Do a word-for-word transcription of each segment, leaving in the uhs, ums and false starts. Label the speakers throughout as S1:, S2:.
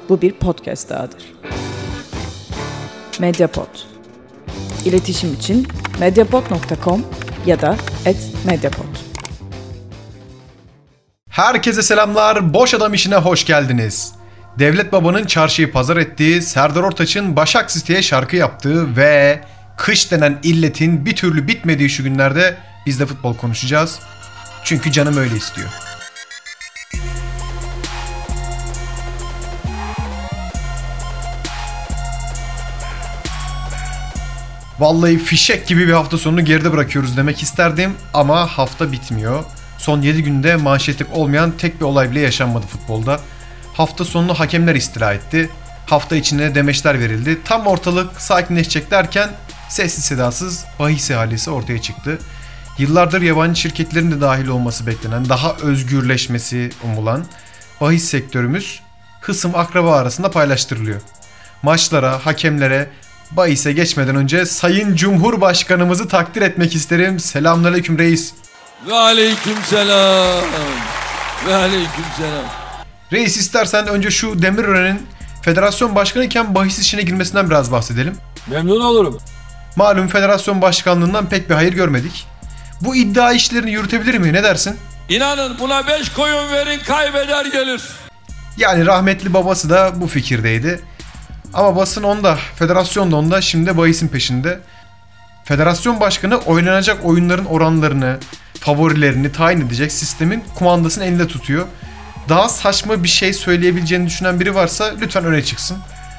S1: bu bir podcast dahadır. Mediapod. İletişim için mediapod nokta com ya da et mediapod.
S2: Herkese selamlar, Boş Adam İşine hoş geldiniz. Devlet Baba'nın çarşıyı pazar ettiği, Serdar Ortaç'ın Başak City'ye şarkı yaptığı ve kış denen illetin bir türlü bitmediği şu günlerde biz de futbol konuşacağız. Çünkü canım öyle istiyor. Vallahi fişek gibi bir hafta sonunu geride bırakıyoruz demek isterdim ama hafta bitmiyor. Son yedi günde manşetlik olmayan tek bir olay bile yaşanmadı futbolda. Hafta sonunu hakemler istirahat etti. Hafta içinde demeçler verildi. Tam ortalık sakinleşecek derken sessiz sedasız bahis ihalesi ortaya çıktı. Yıllardır yabancı şirketlerin de dahil olması beklenen, daha özgürleşmesi umulan bahis sektörümüz hısım akraba arasında paylaştırılıyor. Maçlara, hakemlere, bahise geçmeden önce Sayın Cumhurbaşkanımızı takdir etmek isterim. Selamünaleyküm reis.
S3: Ve aleykümselam. Ve aleykümselam.
S2: Reis, istersen önce şu Demirören'in federasyon başkanı iken bahis işine girmesinden biraz bahsedelim.
S3: Memnun olurum.
S2: Malum federasyon başkanlığından pek bir hayır görmedik. Bu iddia işlerini yürütebilir mi? Ne dersin?
S3: İnanın buna beş koyun verin, kaybeder gelir.
S2: Yani rahmetli babası da bu fikirdeydi. Ama basın onda, federasyon da onda, şimdi de bahisin peşinde. Federasyon başkanı oynanacak oyunların oranlarını, favorilerini tayin edecek sistemin kumandasını elinde tutuyor. Daha saçma bir şey söyleyebileceğini düşünen biri varsa lütfen öne çıksın.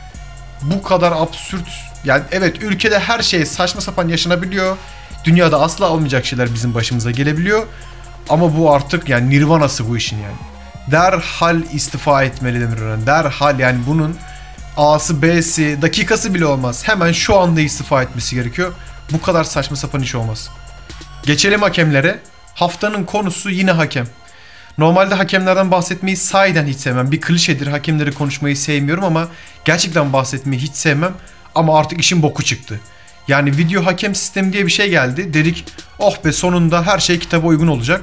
S2: Bu kadar absürt, yani evet, ülkede her şey saçma sapan yaşanabiliyor. Dünyada asla olmayacak şeyler bizim başımıza gelebiliyor. Ama bu artık yani nirvanası bu işin yani. Derhal istifa etmeli Demirören. Derhal, yani bunun A'sı B'si dakikası bile olmaz. Hemen şu anda istifa etmesi gerekiyor. Bu kadar saçma sapan iş olmaz. Geçelim hakemlere. Haftanın konusu yine hakem. Normalde hakemlerden bahsetmeyi sahiden hiç sevmem. Bir klişedir, hakemleri konuşmayı sevmiyorum ama gerçekten bahsetmeyi hiç sevmem. Ama artık işin boku çıktı. Yani video hakem sistemi diye bir şey geldi. Dedik oh be, sonunda her şey kitaba uygun olacak.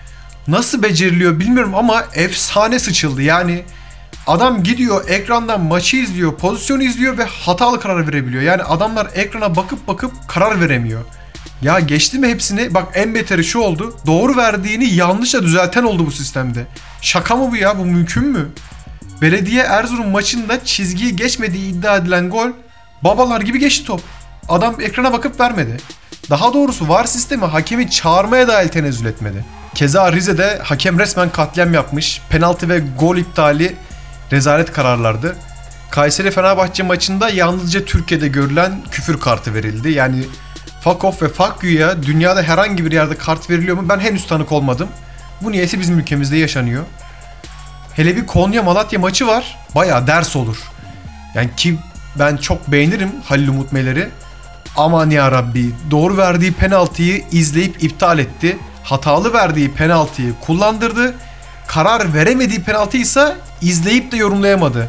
S2: Nasıl beceriliyor bilmiyorum ama efsane sıçıldı. Yani adam gidiyor ekrandan maçı izliyor, pozisyonu izliyor ve hatalı karar verebiliyor. Yani adamlar ekrana bakıp bakıp karar veremiyor. Ya geçti mi hepsini? Bak, en beteri şu oldu. Doğru verdiğini yanlışla düzelten oldu bu sistemde. Şaka mı bu ya? Bu mümkün mü? Belediye Erzurum maçında çizgiyi geçmediği iddia edilen gol babalar gibi geçti top. Adam ekrana bakıp vermedi. Daha doğrusu V A R sistemi hakemi çağırmaya dahil tenezzül etmedi. Keza Rize'de hakem resmen katliam yapmış. Penaltı ve gol iptali rezalet kararlardı. Kayseri Fenerbahçe maçında yalnızca Türkiye'de görülen küfür kartı verildi. Yani fuck off ve fuck you'ya dünyada herhangi bir yerde kart veriliyor mu? Ben henüz tanık olmadım. Bu niyeyse bizim ülkemizde yaşanıyor. Hele bir Konya Malatya maçı var. Bayağı ders olur. Yani ki ben çok beğenirim Halil Umut Meler'i. Aman ya Rabbi, doğru verdiği penaltıyı izleyip iptal etti. Hatalı verdiği penaltıyı kullandırdı. Karar veremediği penaltıyı ise izleyip de yorumlayamadı.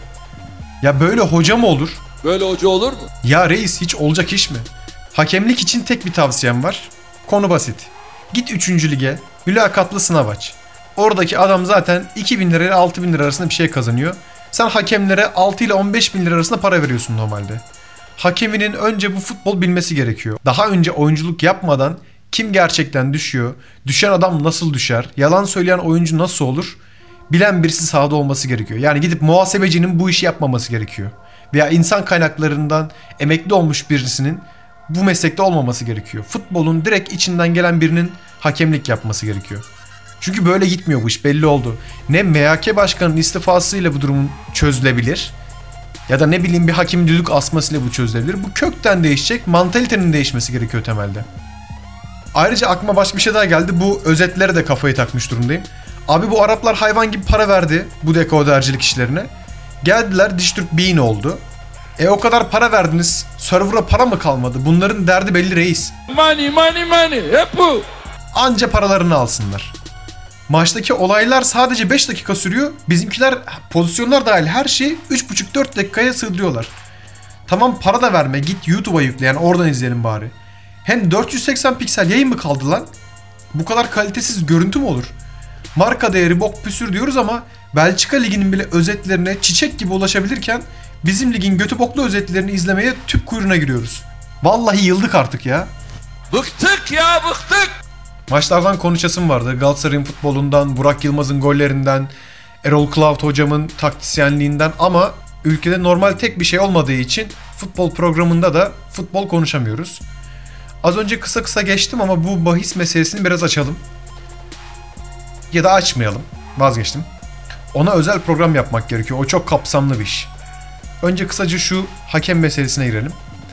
S2: Ya böyle hoca mı olur?
S3: Böyle hoca olur mu?
S2: Ya reis, hiç olacak iş mi? Hakemlik için tek bir tavsiyem var. Konu basit. Git üçüncü lige, mülakatlı sınav aç. Oradaki adam zaten iki bin lira ile altı bin lira arasında bir şey kazanıyor. Sen hakemlere altı ile on beş bin lira arasında para veriyorsun normalde. Hakeminin önce bu futbol bilmesi gerekiyor. Daha önce oyunculuk yapmadan kim gerçekten düşüyor, düşen adam nasıl düşer, yalan söyleyen oyuncu nasıl olur, bilen birisi sahada olması gerekiyor. Yani gidip muhasebecinin bu işi yapmaması gerekiyor. Veya insan kaynaklarından emekli olmuş birisinin bu meslekte olmaması gerekiyor. Futbolun direkt içinden gelen birinin hakemlik yapması gerekiyor. Çünkü böyle gitmiyor bu iş, belli oldu. Ne M H K başkanının istifasıyla bu durumun çözülebilir ya da ne bileyim bir hakemin düdük asmasıyla bu çözülebilir. Bu kökten değişecek, mantalitenin değişmesi gerekiyor temelde. Ayrıca aklıma başka bir şey daha geldi. Bu özetlere de kafayı takmış durumdayım. Abi bu Araplar hayvan gibi para verdi bu dekodercilik işlerine. Geldiler, Dijitürk Bean oldu. E o kadar para verdiniz, server'a para mı kalmadı? Bunların derdi belli reis.
S3: Money money money, hep bu.
S2: Anca paralarını alsınlar. Maçtaki olaylar sadece beş dakika sürüyor. Bizimkiler pozisyonlar dahil her şeyi üç buçuk dört dakikaya sığdırıyorlar. Tamam, para da verme, git YouTube'a yükle, yani oradan izleyelim bari. Hem dört yüz seksen piksel yayın mı kaldı lan? Bu kadar kalitesiz görüntü mü olur? Marka değeri bok püsür diyoruz ama Belçika Ligi'nin bile özetlerine çiçek gibi ulaşabilirken bizim ligin götü boklu özetlerini izlemeye tüp kuyruğuna giriyoruz. Vallahi yıldık artık ya.
S3: Bıktık ya bıktık.
S2: Maçlardan konuşasım vardı. Galatasaray'ın futbolundan, Burak Yılmaz'ın gollerinden, Erol Klavt hocamın taktisyenliğinden ama ülkede normal tek bir şey olmadığı için futbol programında da futbol konuşamıyoruz. Az önce kısa kısa geçtim ama bu bahis meselesini biraz açalım. Ya da açmayalım. Vazgeçtim. Ona özel program yapmak gerekiyor. O çok kapsamlı bir iş. Önce kısaca şu hakem meselesine girelim.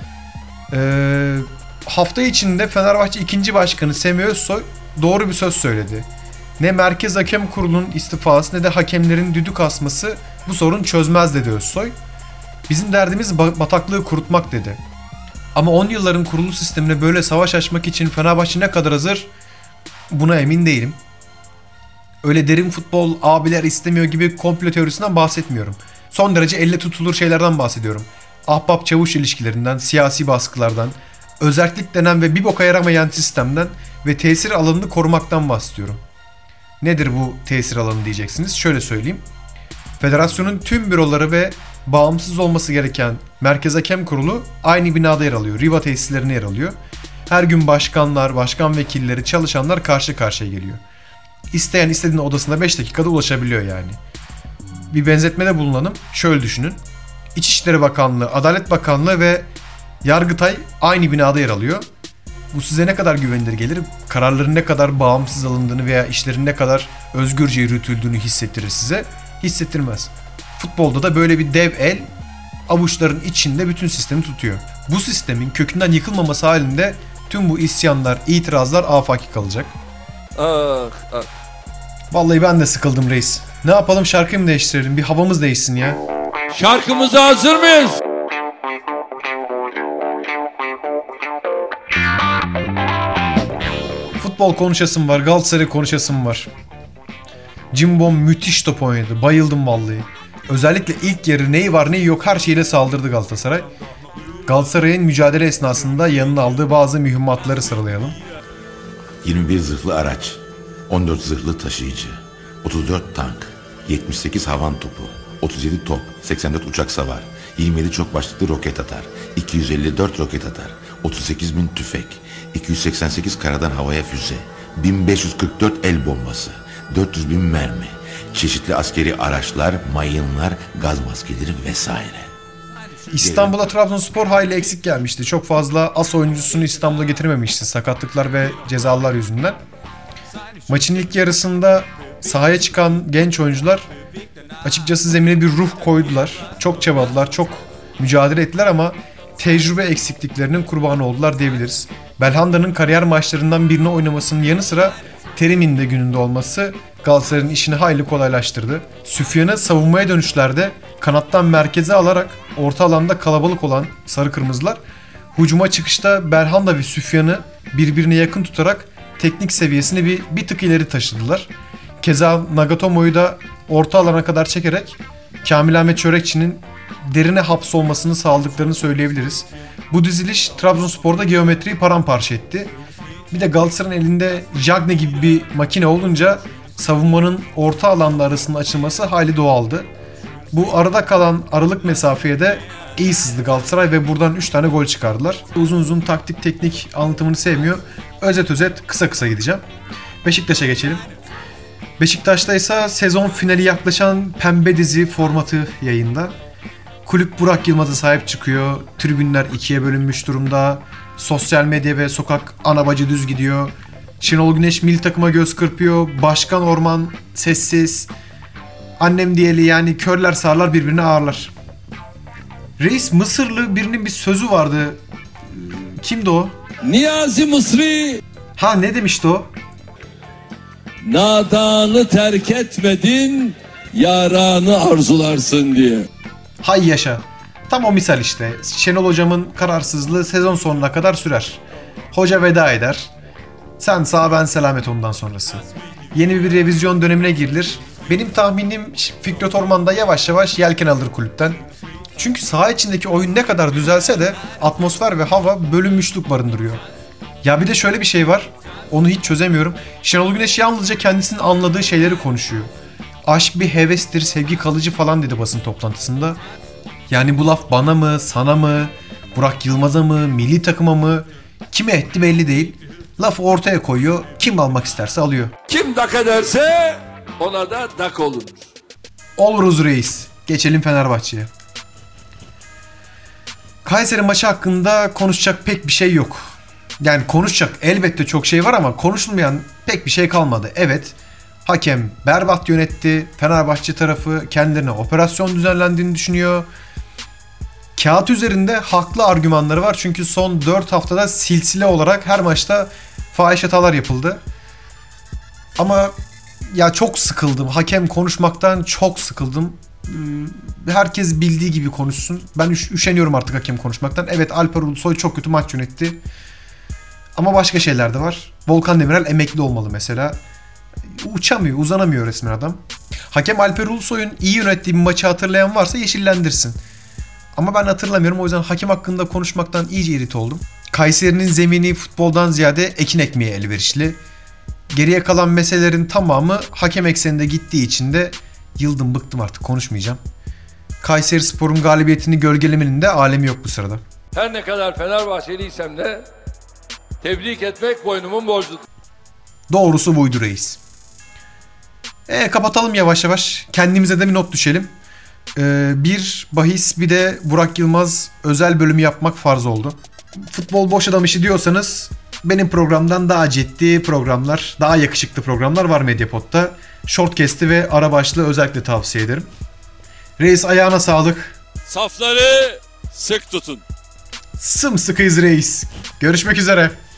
S2: Ee, hafta içinde Fenerbahçe ikinci başkanı Semih Özsoy doğru bir söz söyledi. Ne Merkez Hakem Kurulu'nun istifası ne de hakemlerin düdük asması bu sorun çözmez dedi Özsoy. Bizim derdimiz bataklığı kurutmak dedi. Ama on yılların kurulu sistemine böyle savaş açmak için Fenerbahçe ne kadar hazır buna emin değilim. Öyle derin futbol abiler istemiyor gibi komplo teorisinden bahsetmiyorum. Son derece elle tutulur şeylerden bahsediyorum. Ahbap çavuş ilişkilerinden, siyasi baskılardan, özerklik denen ve bir boka yaramayan sistemden ve tesir alanını korumaktan bahsediyorum. Nedir bu tesir alanı diyeceksiniz? Şöyle söyleyeyim. Federasyonun tüm büroları ve bağımsız olması gereken Merkez Hakem Kurulu aynı binada yer alıyor. Riva tesislerine yer alıyor. Her gün başkanlar, başkan vekilleri, çalışanlar karşı karşıya geliyor. İsteyen istediğin odasında beş dakikada ulaşabiliyor yani. Bir benzetmede bulunalım. Şöyle düşünün. İçişleri Bakanlığı, Adalet Bakanlığı ve Yargıtay aynı binada yer alıyor. Bu size ne kadar güvenilir gelir? Kararların ne kadar bağımsız alındığını veya işlerin ne kadar özgürce yürütüldüğünü hissettirir size. Hissettirmez. Futbolda da böyle bir dev el avuçların içinde bütün sistemi tutuyor. Bu sistemin kökünden yıkılmaması halinde tüm bu isyanlar, itirazlar afaki kalacak.
S3: Ah, ah.
S2: Vallahi ben de sıkıldım reis. Ne yapalım, şarkıyı mı değiştirelim? Bir havamız değişsin ya.
S3: Şarkımıza hazır mıyız?
S2: Futbol konuşasım var, Galatasaray konuşasım var. Cimbom müthiş top oynadı. Bayıldım vallahi. Özellikle ilk yarı neyi var neyi yok her şeyle saldırdı Galatasaray. Galatasaray'ın mücadele esnasında yanına aldığı bazı mühimmatları sıralayalım.
S4: yirmi bir zırhlı araç, on dört zırhlı taşıyıcı, otuz dört tank, yetmiş sekiz havan topu, otuz yedi top, seksen dört uçak savar, yirmi yedi çok başlıklı roket atar, iki yüz elli dört roket atar, otuz sekiz bin tüfek, iki yüz seksen sekiz karadan havaya füze, bin beş yüz kırk dört el bombası, dört yüz bin mermi, çeşitli askeri araçlar, mayınlar, gaz maskeleri vesaire.
S2: İstanbul'a Trabzonspor hayli eksik gelmişti. Çok fazla as oyuncusunu İstanbul'a getirmemişti sakatlıklar ve cezalar yüzünden. Maçın ilk yarısında sahaya çıkan genç oyuncular açıkçası zemine bir ruh koydular. Çok çabaladılar, çok mücadele ettiler ama tecrübe eksikliklerinin kurbanı oldular diyebiliriz. Belhanda'nın kariyer maçlarından birini oynamasının yanı sıra Terim'in de gününde olması Galatasaray'ın işini hayli kolaylaştırdı. Süfyan'ı savunmaya dönüşlerde kanattan merkeze alarak orta alanda kalabalık olan sarı kırmızılar hücuma çıkışta Belhanda ve Süfyan'ı birbirine yakın tutarak teknik seviyesini bir, bir tık ileri taşıdılar. Keza Nagatomo'yu da orta alana kadar çekerek Kamil Ahmet Çörekçi'nin derine hapsolmasını sağladıklarını söyleyebiliriz. Bu diziliş Trabzonspor'da geometriyi paramparça etti. Bir de Galatasaray'ın elinde Jagne gibi bir makine olunca savunmanın orta alanla arasında açılması hali doğaldı. Bu arada kalan aralık mesafeye de iyi sızdı Galatasaray ve buradan üç tane gol çıkardılar. Uzun uzun taktik teknik anlatımını sevmiyor. Özet özet kısa kısa gideceğim. Beşiktaş'a geçelim. Beşiktaş'ta ise sezon finali yaklaşan pembe dizi formatı yayında. Kulüp Burak Yılmaz'a sahip çıkıyor. Tribünler ikiye bölünmüş durumda. Sosyal medya ve sokak ana bacı düz gidiyor. Şenol Güneş milli takıma göz kırpıyor. Başkan Orman sessiz. Annem diyeli yani körler sağırlar birbirine ağırlar. Reis Mısırlı birinin bir sözü vardı. Kimdi o?
S3: Niyazi Mısri,
S2: Ha ne demişti o?
S3: nadanı terk etmedin, yaranı arzularsın diye.
S2: Hay yaşa. Tam o misal işte. Şenol hocamın kararsızlığı sezon sonuna kadar sürer. Hoca veda eder. Sen sağ ben selamet ondan sonrası. Yeni bir revizyon dönemine girilir. Benim tahminim Fikret Orman da yavaş yavaş yelken alır kulüpten. Çünkü saha içindeki oyun ne kadar düzelse de atmosfer ve hava bölünmüşlük barındırıyor. Ya bir de şöyle bir şey var. Onu hiç çözemiyorum. Şenol Güneş yalnızca kendisinin anladığı şeyleri konuşuyor. Aşk bir hevestir, sevgi kalıcı falan dedi basın toplantısında. Yani bu laf bana mı, sana mı, Burak Yılmaz'a mı, milli takıma mı, kime etti belli değil. Lafı ortaya koyuyor, kim almak isterse alıyor.
S3: Kim dak ederse ona da dak olur.
S2: Oluruz reis. Geçelim Fenerbahçe'ye. Kayseri maçı hakkında konuşacak pek bir şey yok. Yani konuşacak elbette çok şey var ama konuşulmayan pek bir şey kalmadı. Evet, hakem berbat yönetti. Fenerbahçe tarafı kendilerine operasyon düzenlendiğini düşünüyor. Kağıt üzerinde haklı argümanları var. Çünkü son dört haftada silsile olarak her maçta fahiş hatalar yapıldı. Ama ya çok sıkıldım. Hakem konuşmaktan çok sıkıldım. Herkes bildiği gibi konuşsun. Ben üş- üşeniyorum artık hakem konuşmaktan. Evet, Alper Ulusoy çok kötü maç yönetti. Ama başka şeyler de var. Volkan Demirel emekli olmalı mesela. Uçamıyor, uzanamıyor resmen adam. Hakem Alper Ulusoy'un iyi yönettiği bir maçı hatırlayan varsa yeşillendirsin. Ama ben hatırlamıyorum, o yüzden hakem hakkında konuşmaktan iyice irite oldum. Kayseri'nin zemini futboldan ziyade ekin ekmeye elverişli. Geriye kalan meselelerin tamamı hakem ekseninde gittiği için de yıldım, bıktım, artık konuşmayacağım. Kayserispor'un galibiyetini gölgelemenin de alemi yok bu sırada.
S3: Her ne kadar Fenerbahçeliysem de tebrik etmek boynumun borcudur.
S2: Doğrusu buydu reis. E kapatalım yavaş yavaş. Kendimize de bir not düşelim. Ee, bir bahis, bir de Burak Yılmaz özel bölümü yapmak farz oldu. Futbol boş adam işi diyorsanız benim programdan daha ciddi programlar, daha yakışıklı programlar var Mediapod'da. Shortcast'i ve Arabaşlı özellikle tavsiye ederim. Reis ayağına sağlık.
S3: Safları sık tutun.
S2: Sımsıkıyız reis. Görüşmek üzere.